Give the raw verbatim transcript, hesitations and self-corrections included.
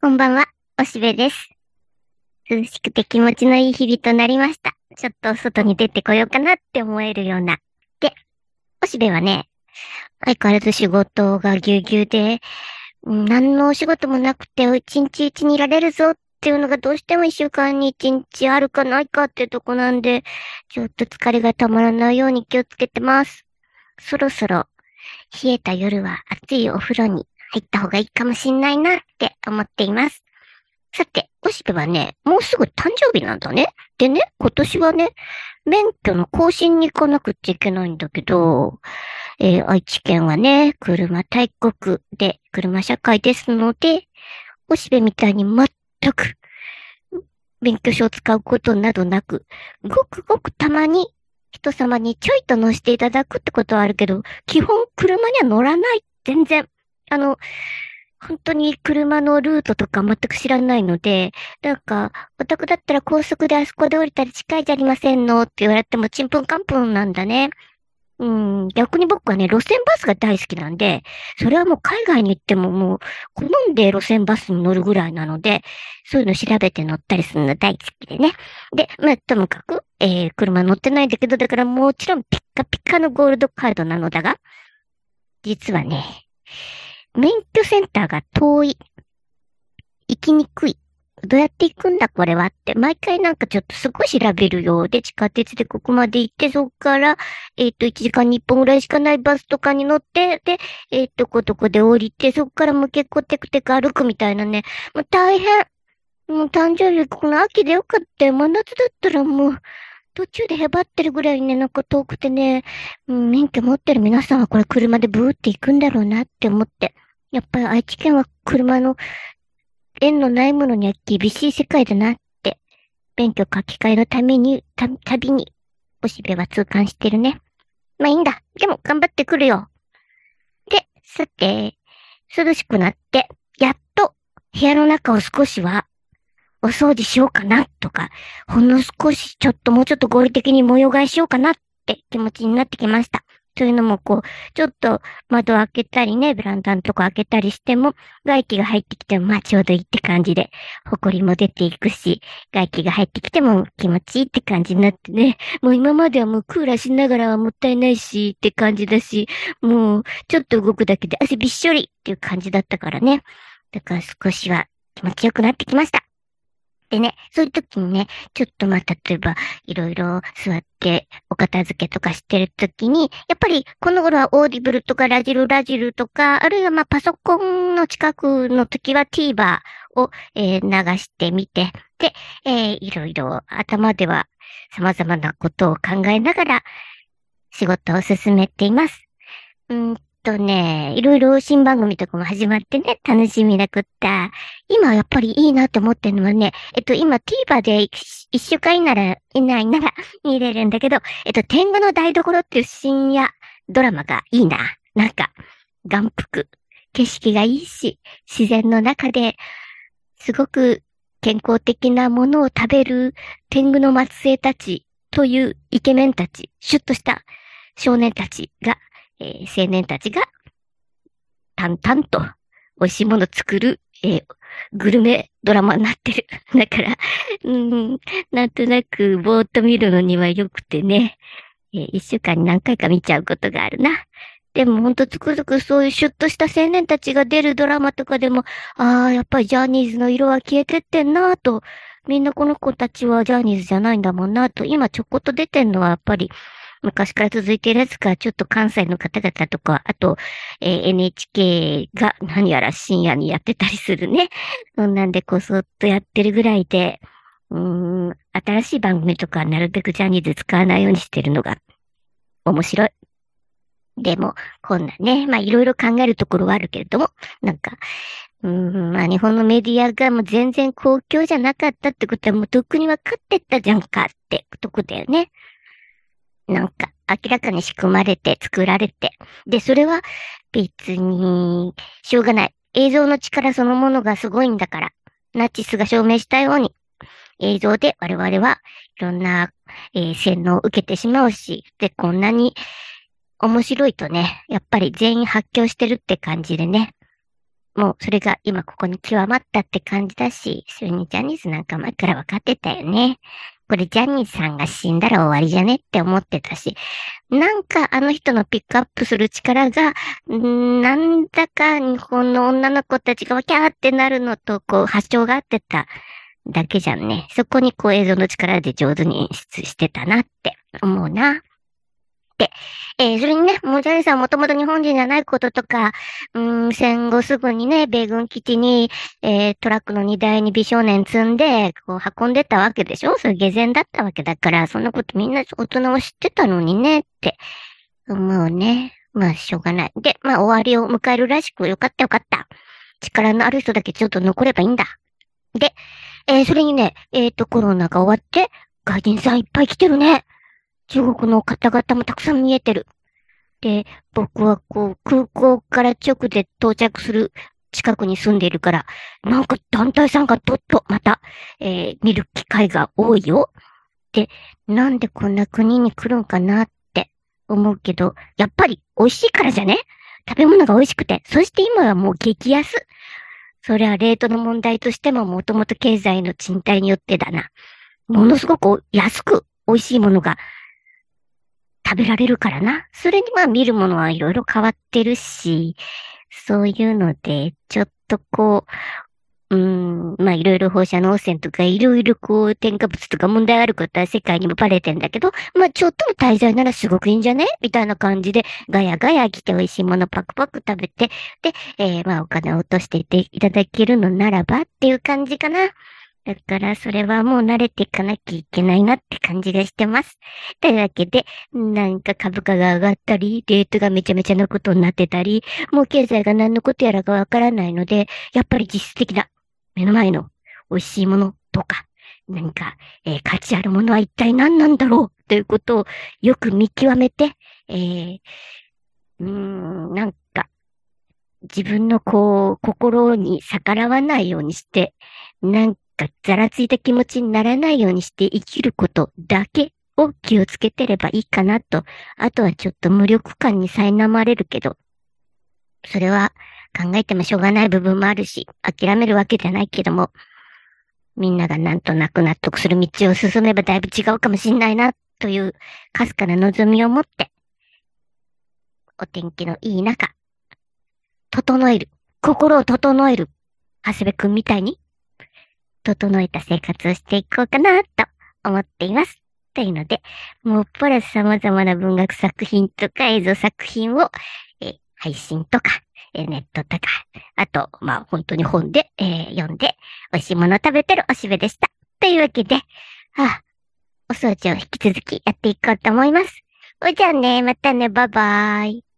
こんばんは、おしべです。涼しくて気持ちのいい日々となりました。ちょっと外に出てこようかなって思えるような。で、おしべはね、相変わらず仕事がぎゅうぎゅうで、うん何のお仕事もなくて一日一にいられるぞっていうのがどうしても一週間に一日あるかないかってとこなんで、ちょっと疲れがたまらないように気をつけてます。そろそろ冷えた夜は熱いお風呂に入った方がいいかもしんないなって思っています。さて、おしべはね、もうすぐ誕生日なんだね。でね、今年はね、免許の更新に行かなくちゃいけないんだけど、えー愛知県はね、車大国で、車社会ですので、おしべみたいに全く免許証を使うことなどなく、ごくごくたまに人様にちょいと乗せていただくってことはあるけど、基本車には乗らない。全然。あの、本当に車のルートとか全く知らないので、なんか、お宅だったら高速であそこで降りたら近いじゃありませんのって言われてもちんぷんかんぷんなんだね。うん、逆に僕はね、路線バスが大好きなんで、それはもう海外に行ってももう、好んで路線バスに乗るぐらいなので、そういうの調べて乗ったりするの大好きでね。で、まあ、ともかく、えー、車乗ってないんだけど、だからもちろんピッカピカのゴールドカードなのだが、実はね、免許センターが遠い。行きにくい。どうやって行くんだこれはって。毎回なんかちょっとすごい調べるようで、地下鉄でここまで行って、そこから、えっと、いちじかんにいっぽんぐらいしかないバスとかに乗って、で、えっと、こどこで降りて、そこからもう結構テクテク歩くみたいなね。もう大変。もう誕生日この秋でよかったよ。真夏だったらもう、途中でへばってるぐらいね、なんか遠くてね、うん、免許持ってる皆さんはこれ車でブーって行くんだろうなって思って。やっぱり愛知県は車の縁のないものには厳しい世界だなって、免許書き換えのために、た、旅に、おしべは痛感してるね。まあいいんだ。でも頑張ってくるよ。で、さて、涼しくなって、やっと部屋の中を少しはお掃除しようかなとか、ほんの少しちょっともうちょっと合理的に模様替えしようかなって気持ちになってきました。というのもこう、ちょっと窓を開けたりね、ベランダのとこ開けたりしても、外気が入ってきてもまあちょうどいいって感じで、埃も出ていくし、外気が入ってきても気持ちいいって感じになってね、もう今まではもうクーラーしながらはもったいないしって感じだし、もうちょっと動くだけで汗びっしょりっていう感じだったからね。だから少しは気持ちよくなってきました。でね、そういう時にね、ちょっとまあ、例えば、いろいろ座ってお片付けとかしてる時に、やっぱりこの頃はオーディブルとかラジルラジルとか、あるいはまあパソコンの近くの時は TVer を、えー流してみて、で、えーいろいろ頭では様々なことを考えながら仕事を進めています。うーんとね、いろいろ新番組とかも始まってね、楽しみなくった。今やっぱりいいなって思ってるのはね、えっと今 TVer で一一週間以内以内なら見れるんだけど、えっと天狗の台所っていう深夜ドラマがいいな。なんか、眼福。景色がいいし、自然の中ですごく健康的なものを食べる天狗の末裔たちというイケメンたち、シュッとした少年たちが、えー青年たちが淡々と美味しいもの作る、えーグルメドラマになってる。だから、うん、なんとなくぼーっと見るのには良くてね、えー一週間に何回か見ちゃうことがあるな。でもほんとつくづくそういうシュッとした青年たちが出るドラマとかでも、ああ、やっぱりジャニーズの色は消えてってんなぁと、みんなこの子たちはジャニーズじゃないんだもんなぁと、今ちょこっと出てんのはやっぱり昔から続いているやつか、ちょっと関西の方々とか、あと、えー エヌエイチケー が何やら深夜にやってたりするね。そんなんでこそっとやってるぐらいで、うーん、新しい番組とかはなるべくジャニーズ使わないようにしてるのが面白い。でも、こんなね、まあいろいろ考えるところはあるけれども、なんか、うーん、まあ日本のメディアがもう全然公共じゃなかったってことはもうとっくに分かってったじゃんかってとこだよね。なんか、明らかに仕組まれて作られて。で、それは別に、しょうがない。映像の力そのものがすごいんだから。ナチスが証明したように、映像で我々はいろんな、えー洗脳を受けてしまうし、で、こんなに面白いとね、やっぱり全員発狂してるって感じでね。 もうそれが今ここに極まったって感じだし、それにジャニーズなんか前から分かってたよね。これジャニーズさんが死んだら終わりじゃねって思ってたし、なんかあの人のピックアップする力が、んなんだか日本の女の子たちがわキャーってなるのと、こう波長が合ってただけじゃんね。そこにこう映像の力で上手に演出してたなって思うな。で、えー、それにね、もうジャニーさんもともと日本人じゃないこととか、うーん、戦後すぐにね、米軍基地に、えー、トラックの荷台に美少年積んで、こう運んでたわけでしょ。それ下膳だったわけだから、そんなことみんな大人は知ってたのにね、って思うね。まあ、しょうがない。で、まあ、終わりを迎えるらしくよかったよかった。力のある人だけちょっと残ればいいんだ。で、えー、それにね、えっと、コロナが終わって、外人さんいっぱい来てるね。中国の方々もたくさん見えてる。で、僕はこう、空港から直で到着する近くに住んでいるから、なんか団体さんがどっとまた、えー、見る機会が多いよ。で、なんでこんな国に来るんかなって思うけど、やっぱり美味しいからじゃね？食べ物が美味しくて、そして今はもう激安。それはレートの問題としてももともと経済の賃貸によってだな。ものすごく安く美味しいものが食べられるからな。それにまあ見るものはいろいろ変わってるし、そういうので、ちょっとこう、うーん、まあいろいろ放射能汚染とかいろいろこう添加物とか問題あることは世界にもバレてんだけど、まあちょっとの滞在ならすごくいいんじゃねみたいな感じでガヤガヤ来て美味しいものパクパク食べて、で、えー、まあお金を落としていていただけるのならばっていう感じかな。だから、それはもう慣れていかなきゃいけないなって感じがしてます。というわけで、なんか株価が上がったり、レートがめちゃめちゃなことになってたり、もう経済が何のことやらかわからないので、やっぱり実質的な目の前の美味しいものとか、何か、えー価値あるものは一体何なんだろうということをよく見極めて、えー、うーん、なんか、自分のこう、心に逆らわないようにして、なんかざらついた気持ちにならないようにして生きることだけを気をつけてればいいかなと。あとはちょっと無力感に苛まれるけど、それは考えてもしょうがない部分もあるし、諦めるわけじゃないけども、みんながなんとなく納得する道を進めばだいぶ違うかもしんないな、というかすかな望みを持って、お天気のいい中、整える。心を整える。長谷部くんみたいに、整えた生活をしていこうかな、と思っています。というので、もっぱら様々な文学作品とか映像作品を、えー配信とか、えーネットとか、あと、まあ本当に本で、えー読んで、美味しいものを食べてるおしべでした。というわけで、はあ、お掃除を引き続きやっていこうと思います。おじゃあね、またね、バイバーイ。